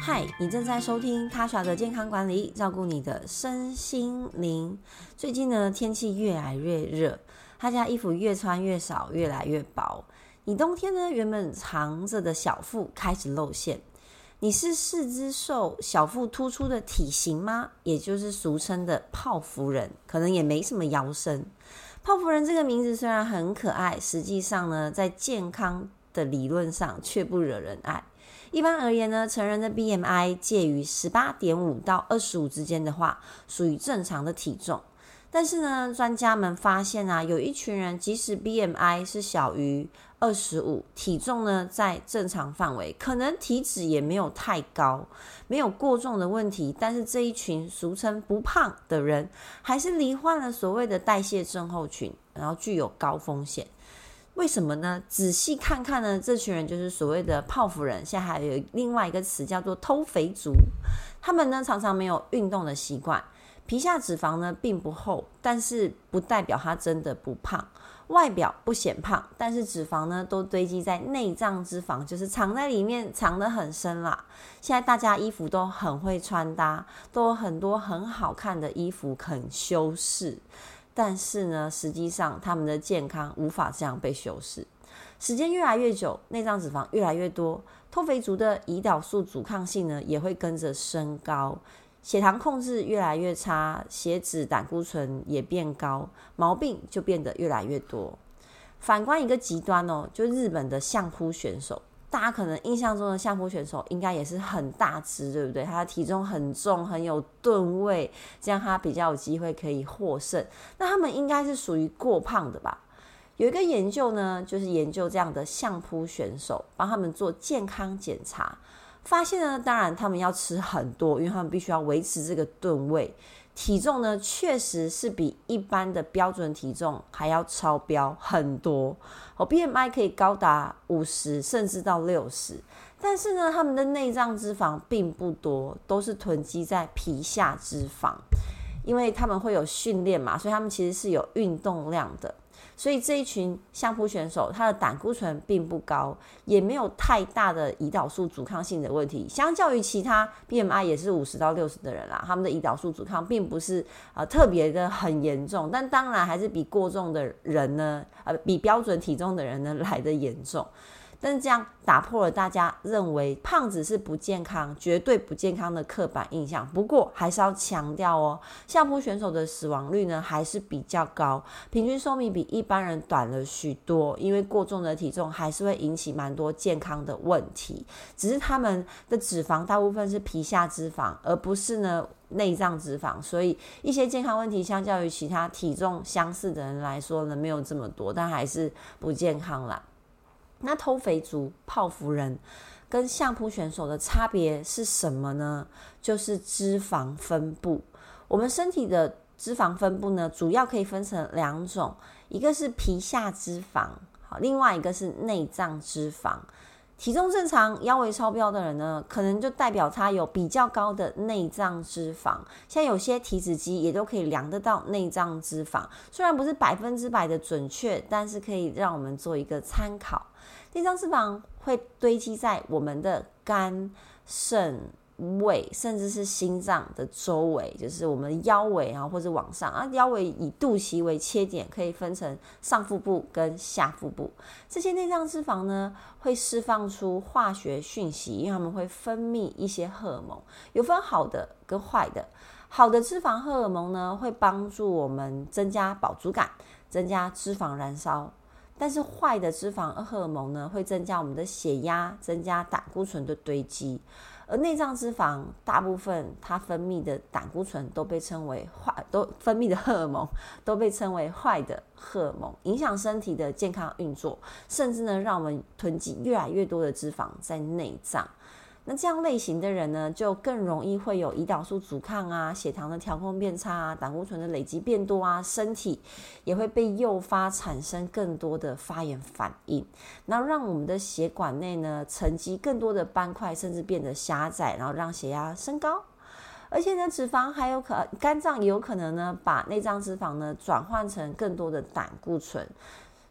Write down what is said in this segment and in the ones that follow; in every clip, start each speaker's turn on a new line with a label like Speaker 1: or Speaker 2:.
Speaker 1: 嗨，你正在收听他耍的健康管理，照顾你的身心灵。最近呢，天气越来越热，大家衣服越穿越少，越来越薄。你冬天呢，原本藏着的小腹开始露馅。你是四肢瘦、小腹突出的体型吗？也就是俗称的泡芙人，可能也没什么腰身。泡芙人这个名字虽然很可爱，实际上呢，在健康的理论上却不惹人爱。一般而言呢，成人的 BMI 介于 18.5 到25之间的话，属于正常的体重。但是呢，专家们发现啊，有一群人即使 BMI 是小于25，体重呢在正常范围，可能体脂也没有太高，没有过重的问题，但是这一群俗称不胖的人，还是罹患了所谓的代谢症候群，然后具有高风险。为什么呢？仔细看看呢，这群人就是所谓的泡芙人，现在还有另外一个词叫做偷肥族。他们呢常常没有运动的习惯，皮下脂肪呢并不厚，但是不代表他真的不胖。外表不显胖，但是脂肪呢都堆积在内脏脂肪，就是藏在里面，藏得很深啦。现在大家衣服都很会穿搭，都有很多很好看的衣服，很修饰。但是呢，实际上他们的健康无法这样被修饰。时间越来越久，内脏脂肪越来越多，偷肥族的胰岛素阻抗性呢也会跟着升高，血糖控制越来越差，血脂胆固醇也变高，毛病就变得越来越多。反观一个极端哦，就日本的相扑选手。大家可能印象中的相扑选手应该也是很大只，对不对？他的体重很重，很有吨位，这样他比较有机会可以获胜。那他们应该是属于过胖的吧？有一个研究呢，就是研究这样的相扑选手，帮他们做健康检查，发现呢，当然他们要吃很多，因为他们必须要维持这个吨位。体重呢，确实是比一般的标准体重还要超标很多。BMI 可以高达50甚至到60，但是呢，他们的内脏脂肪并不多，都是囤积在皮下脂肪。因为他们会有训练嘛，所以他们其实是有运动量的。所以这一群相扑选手，他的胆固醇并不高，也没有太大的胰岛素阻抗性的问题。相较于其他 BMI 也是50到60的人啦，他们的胰岛素阻抗并不是特别的很严重，但当然还是比过重的人呢，比标准体重的人呢来得严重。但是这样打破了大家认为胖子是不健康、绝对不健康的刻板印象。不过还是要强调哦，相扑选手的死亡率呢还是比较高，平均寿命比一般人短了许多。因为过重的体重还是会引起蛮多健康的问题，只是他们的脂肪大部分是皮下脂肪，而不是呢内脏脂肪，所以一些健康问题相较于其他体重相似的人来说呢，没有这么多，但还是不健康啦。那偷肥族、泡芙人跟相扑选手的差别是什么呢？就是脂肪分布。我们身体的脂肪分布呢，主要可以分成两种，一个是皮下脂肪，另外一个是内脏脂肪。体重正常、腰围超标的人呢，可能就代表他有比较高的内脏脂肪。像有些体脂机也都可以量得到内脏脂肪，虽然不是100%的准确，但是可以让我们做一个参考。内脏脂肪会堆积在我们的肝、肾、胃，甚至是心脏的周围，就是我们腰围或者往上腰围以肚脐为切点，可以分成上腹部跟下腹部。这些内脏脂肪呢，会释放出化学讯息，因为它们会分泌一些荷尔蒙，有分好的跟坏的。好的脂肪荷尔蒙呢，会帮助我们增加饱足感，增加脂肪燃烧。但是坏的脂肪荷尔蒙呢，会增加我们的血压，增加胆固醇的堆积。而内脏脂肪大部分它分泌的胆固醇都被称为坏，都分泌的荷尔蒙都被称为坏的荷尔蒙，影响身体的健康运作，甚至呢让我们囤积越来越多的脂肪在内脏。那这样类型的人呢，就更容易会有胰岛素阻抗啊，血糖的调控变差啊，胆固醇的累积变多啊，身体也会被诱发产生更多的发炎反应，然后让我们的血管内呢沉积更多的斑块，甚至变得狭窄，然后让血压升高。而且呢，脂肪还有肝脏也有可能呢把内脏脂肪呢转换成更多的胆固醇。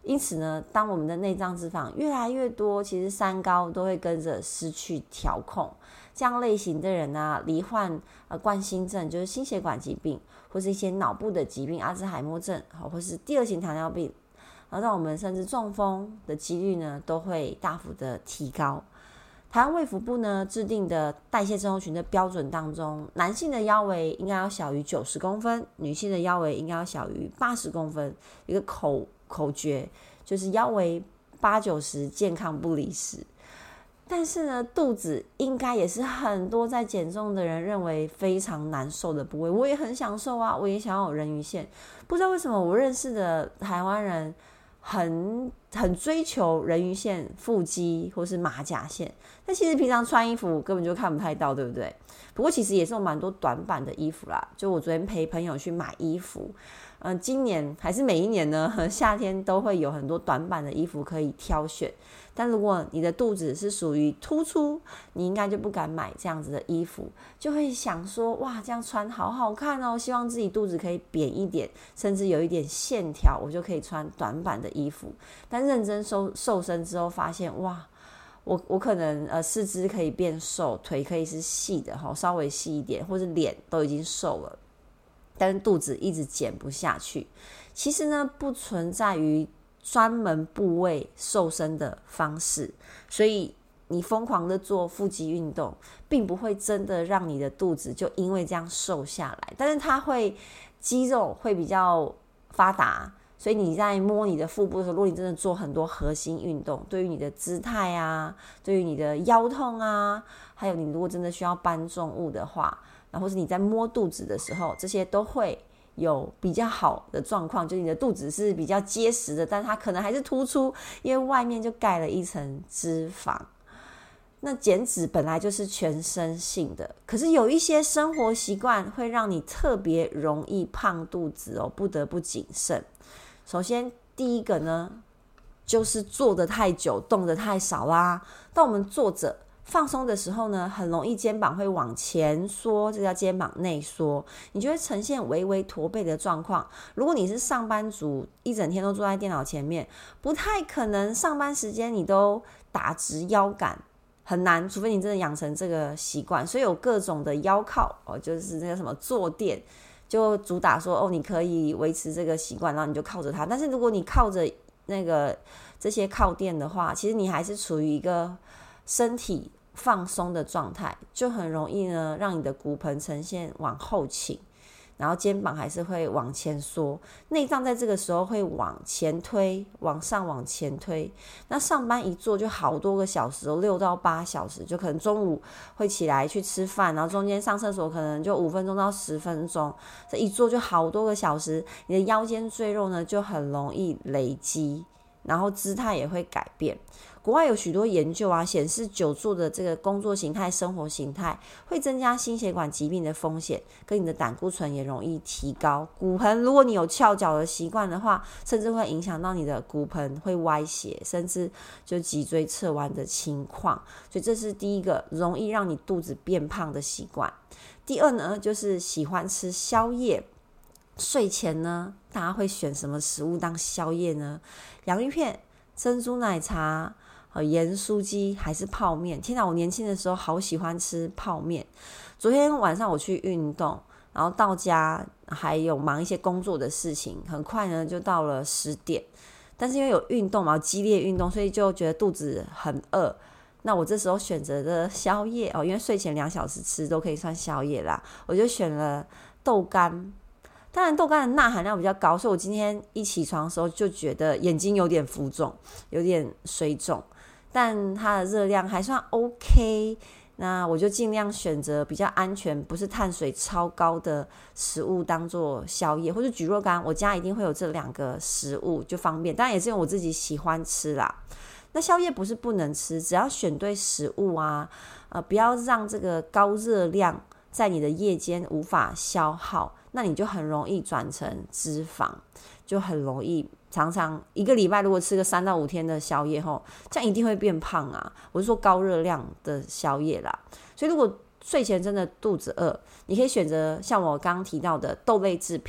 Speaker 1: 因此呢，当我们的内脏脂肪越来越多，其实三高都会跟着失去调控。这样类型的人啊，罹患冠心症，就是心血管疾病，或是一些脑部的疾病，阿兹海默症，或是第二型糖尿病，然后让我们甚至中风的几率呢，都会大幅的提高。台湾卫福部呢制定的代谢症候群的标准当中，男性的腰围应该要小于90公分，女性的腰围应该要小于80公分。一个口诀就是腰围80-90，健康不离10。但是呢，肚子应该也是很多在减重的人认为非常难受的部位。我也很享受啊，我也想要有人鱼线。不知道为什么我认识的台湾人很追求人鱼线、腹肌或是马甲线，但其实平常穿衣服根本就看不太到，对不对？不过其实也是有蛮多短版的衣服啦。就我昨天陪朋友去买衣服，今年还是每一年呢，夏天都会有很多短版的衣服可以挑选。但如果你的肚子是属于突出，你应该就不敢买这样子的衣服，就会想说哇，这样穿好好看哦，希望自己肚子可以扁一点，甚至有一点线条，我就可以穿短版的衣服。但认真瘦身之后发现哇，我可能四肢可以变瘦，腿可以是细的，稍微细一点，或是脸都已经瘦了，但是肚子一直减不下去。其实呢，不存在于专门部位瘦身的方式，所以你疯狂的做腹肌运动，并不会真的让你的肚子就因为这样瘦下来，但是它会肌肉会比较发达，所以你在摸你的腹部的时候，如果你真的做很多核心运动，对于你的姿态啊，对于你的腰痛啊，还有你如果真的需要搬重物的话，然后是你在摸肚子的时候，这些都会有比较好的状况，就是你的肚子是比较结实的，但它可能还是突出，因为外面就盖了一层脂肪。那减脂本来就是全身性的，可是有一些生活习惯会让你特别容易胖肚子哦，不得不谨慎。首先第一个呢，就是坐得太久，动得太少啦。当我们坐着放松的时候呢，很容易肩膀会往前缩，这叫肩膀内缩，你就会呈现微微驼背的状况。如果你是上班族，一整天都坐在电脑前面，不太可能上班时间你都打直腰杆，很难，除非你真的养成这个习惯。所以有各种的腰靠就是那个什么坐垫，就主打说你可以维持这个习惯，然后你就靠着它。但是如果你靠着那个这些靠垫的话，其实你还是处于一个身体放松的状态，就很容易呢让你的骨盆呈现往后倾，然后肩膀还是会往前缩，内脏在这个时候会往前推，往上往前推。那上班一坐就好多个小时，6到8小时，就可能中午会起来去吃饭，然后中间上厕所可能就5分钟到10分钟，这一坐就好多个小时，你的腰间赘肉呢就很容易累积，然后姿态也会改变。国外有许多研究显示久坐的这个工作形态、生活形态会增加心血管疾病的风险，跟你的胆固醇也容易提高。骨盆如果你有翘脚的习惯的话，甚至会影响到你的骨盆会歪斜，甚至就脊椎侧弯的情况。所以这是第一个容易让你肚子变胖的习惯。第二呢，就是喜欢吃宵夜。睡前呢，大家会选什么食物当宵夜呢？洋芋片、珍珠奶茶、盐酥鸡还是泡面？天哪，我年轻的时候好喜欢吃泡面。昨天晚上我去运动，然后到家还有忙一些工作的事情，很快呢就到了10点。但是因为有运动嘛，激烈运动，所以就觉得肚子很饿。那我这时候选择的宵夜因为睡前2小时吃都可以算宵夜啦，我就选了豆干。当然豆干的钠含量比较高，所以我今天一起床的时候就觉得眼睛有点浮肿，有点水肿，但它的热量还算 OK。那我就尽量选择比较安全，不是碳水超高的食物当做宵夜，或者蒟蒻干，我家一定会有这2个食物，就方便。当然也是因为我自己喜欢吃啦。那宵夜不是不能吃，只要选对食物不要让这个高热量在你的夜间无法消耗，那你就很容易转成脂肪，就很容易常常一个礼拜如果吃个3到5天的宵夜这样一定会变胖我是说高热量的宵夜啦。所以如果睡前真的肚子饿，你可以选择像我刚刚提到的豆类制品，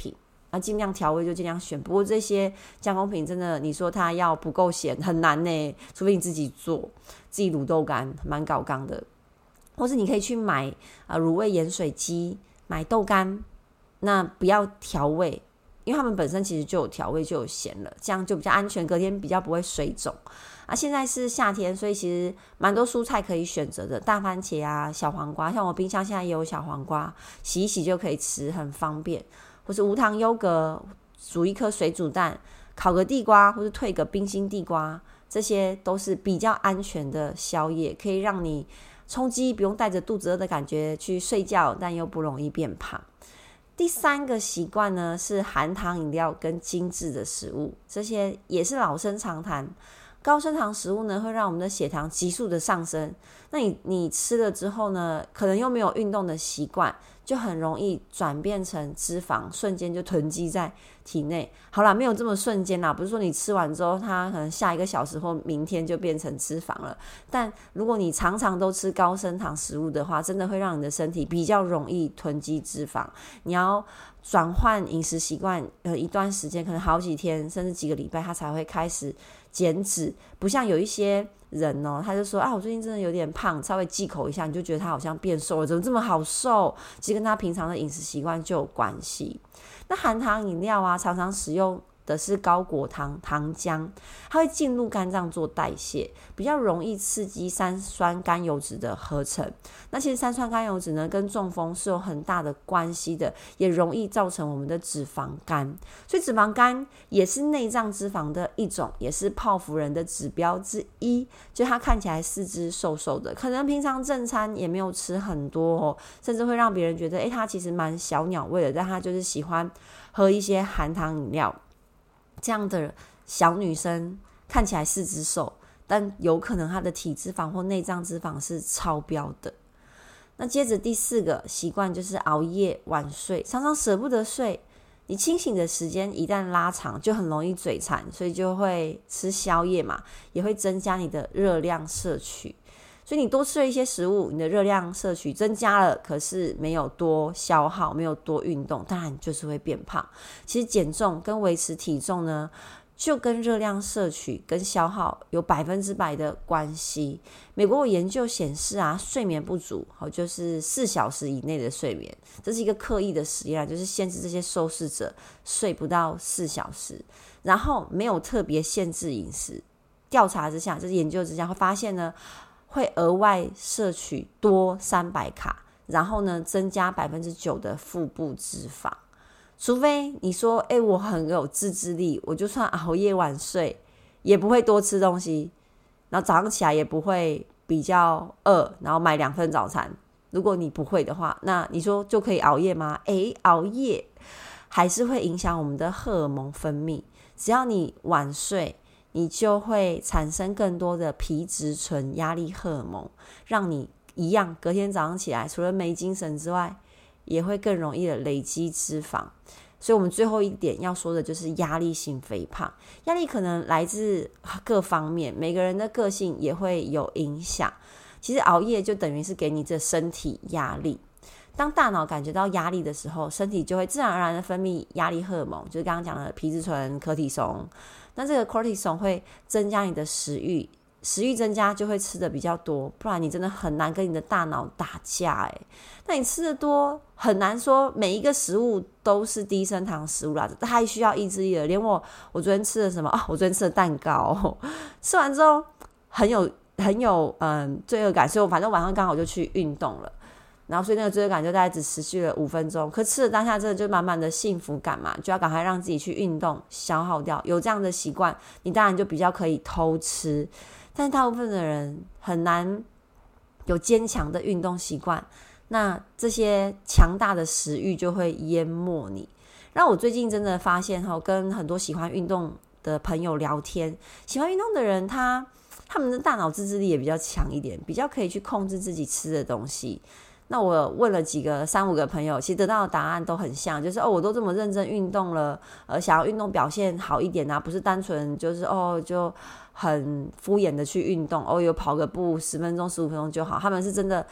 Speaker 1: 尽量调味就尽量选。不过这些加工品真的，你说它要不够咸很难呢，除非你自己做，自己卤豆干，蛮搞纲的。或是你可以去买卤味盐水鸡，买豆干，那不要调味，因为他们本身其实就有调味，就有咸了，这样就比较安全，隔天比较不会水肿。现在是夏天，所以其实蛮多蔬菜可以选择的，大番茄啊、小黄瓜，像我冰箱现在也有小黄瓜，洗一洗就可以吃，很方便。或是无糖优格，煮一颗水煮蛋，烤个地瓜，或是退个冰心地瓜，这些都是比较安全的宵夜，可以让你充饥，不用带着肚子饿的感觉去睡觉，但又不容易变胖。第3个习惯呢，是含糖饮料跟精致的食物，这些也是老生常谈。高升糖食物呢，会让我们的血糖急速的上升。那你吃了之后呢，可能又没有运动的习惯，就很容易转变成脂肪，瞬间就囤积在体内。好啦，没有这么瞬间啦，不是说你吃完之后，它可能下1个小时或明天就变成脂肪了。但如果你常常都吃高升糖食物的话，真的会让你的身体比较容易囤积脂肪。你要转换饮食习惯，一段时间，可能好几天甚至几个礼拜，它才会开始减脂。不像有一些人他就说我最近真的有点胖，稍微忌口一下，你就觉得他好像变瘦了，怎么这么好瘦？其实跟他平常的饮食习惯就有关系。那含糖饮料常常使用的是高果糖糖浆，它会进入肝脏做代谢，比较容易刺激三酸甘油脂的合成。那其实三酸甘油脂呢，跟中风是有很大的关系的，也容易造成我们的脂肪肝。所以脂肪肝也是内脏脂肪的一种，也是泡芙人的指标之一。就它看起来四肢瘦瘦的，可能平常正餐也没有吃很多甚至会让别人觉得它其实蛮小鸟胃的，但它就是喜欢喝一些含糖饮料。这样的小女生看起来四肢瘦，但有可能她的体脂肪或内脏脂肪是超标的。那接着第4个习惯就是熬夜晚睡，常常舍不得睡。你清醒的时间一旦拉长，就很容易嘴馋，所以就会吃宵夜嘛，也会增加你的热量摄取。所以你多吃了一些食物，你的热量摄取增加了，可是没有多消耗，没有多运动，当然就是会变胖。其实减重跟维持体重呢，就跟热量摄取跟消耗有100%的关系。美国有研究显示睡眠不足就是4小时以内的睡眠，这是一个刻意的实验，就是限制这些受试者睡不到4小时，然后没有特别限制饮食。调查之下，就是研究之下会发现呢，会额外摄取多300卡，然后呢增加9%的腹部脂肪。除非你说我很有自制力，我就算熬夜晚睡也不会多吃东西，然后早上起来也不会比较饿，然后买2份早餐。如果你不会的话，那你说就可以熬夜吗？熬夜还是会影响我们的荷尔蒙分泌。只要你晚睡，你就会产生更多的皮质醇压力荷尔蒙，让你一样隔天早上起来除了没精神之外，也会更容易的累积脂肪。所以我们最后一点要说的就是压力性肥胖。压力可能来自各方面，每个人的个性也会有影响。其实熬夜就等于是给你这身体压力。当大脑感觉到压力的时候，身体就会自然而然的分泌压力荷尔蒙，就是刚刚讲的皮质醇、可体松。那这个 cortisol 会增加你的食欲，食欲增加就会吃的比较多，不然你真的很难跟你的大脑打架那你吃的多，很难说每一个食物都是低升糖食物啦，太需要意志力了。连我昨天吃了什么我昨天吃了蛋糕吃完之后很有罪恶感，所以我反正晚上刚好就去运动了，然后所以那个罪恶感就大概只持续了5分钟，可吃了当下真的就满满的幸福感嘛，就要赶快让自己去运动消耗掉。有这样的习惯，你当然就比较可以偷吃，但大部分的人很难有坚强的运动习惯，那这些强大的食欲就会淹没你。让我最近真的发现跟很多喜欢运动的朋友聊天，喜欢运动的人他们的大脑自制力也比较强一点，比较可以去控制自己吃的东西。那我问了几个3-5个朋友，其实得到的答案都很像，就是我都这么认真运动了，想要运动表现好一点不是单纯就是就很敷衍的去运动，有跑个步10分钟15分钟就好。他们是真的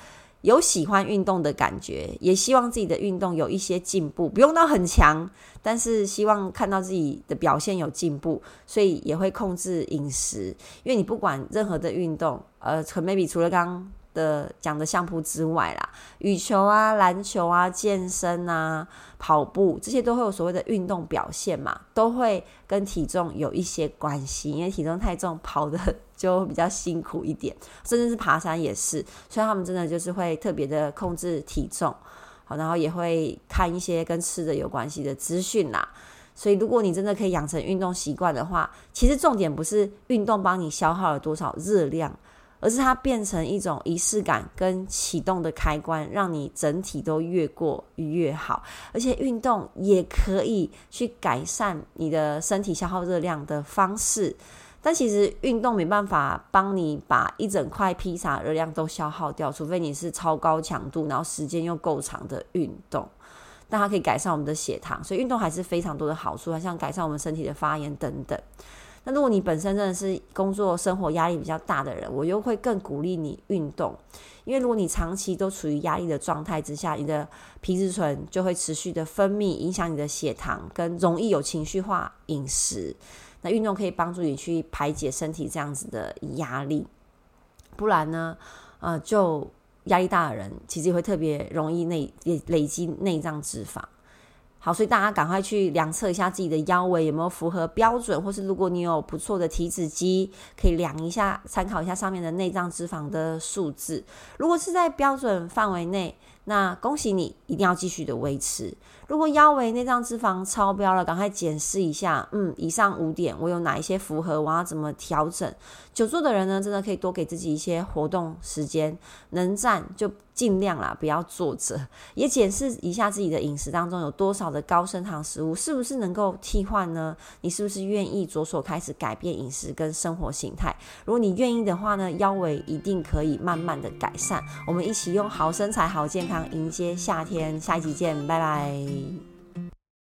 Speaker 1: 有喜欢运动的感觉，也希望自己的运动有一些进步，不用到很强，但是希望看到自己的表现有进步，所以也会控制饮食。因为你不管任何的运动，可能 maybe 除了刚刚的讲的相扑之外啦，羽球啊、篮球啊、健身啊、跑步，这些都会有所谓的运动表现嘛，都会跟体重有一些关系，因为体重太重，跑的就会比较辛苦一点，甚至是爬山也是，所以他们真的就是会特别的控制体重，好，然后也会看一些跟吃的有关系的资讯啦。所以如果你真的可以养成运动习惯的话，其实重点不是运动帮你消耗了多少热量，而是它变成一种仪式感跟启动的开关，让你整体都越过越好。而且运动也可以去改善你的身体消耗热量的方式，但其实运动没办法帮你把一整块披萨热量都消耗掉，除非你是超高强度然后时间又够长的运动，但它可以改善我们的血糖，所以运动还是非常多的好处，像改善我们身体的发炎等等。那如果你本身真的是工作生活压力比较大的人，我又会更鼓励你运动，因为如果你长期都处于压力的状态之下，你的皮质醇就会持续的分泌，影响你的血糖，跟容易有情绪化饮食。那运动可以帮助你去排解身体这样子的压力，不然呢，就压力大的人其实也会特别容易累积内脏脂肪。好，所以大家赶快去量测一下自己的腰围有没有符合标准，或是如果你有不错的体脂机，可以量一下，参考一下上面的内脏脂肪的数字。如果是在标准范围内，那恭喜你，一定要继续的维持。如果腰围内脏脂肪超标了，赶快检视一下，以上5点我有哪一些符合，我要怎么调整。久坐的人呢，真的可以多给自己一些活动时间，能站就尽量啦，不要坐着。也检视一下自己的饮食当中有多少的高升糖食物，是不是能够替换呢？你是不是愿意着手开始改变饮食跟生活形态？如果你愿意的话呢，腰围一定可以慢慢的改善。我们一起用好身材好健康迎接夏天，下一集见，拜拜。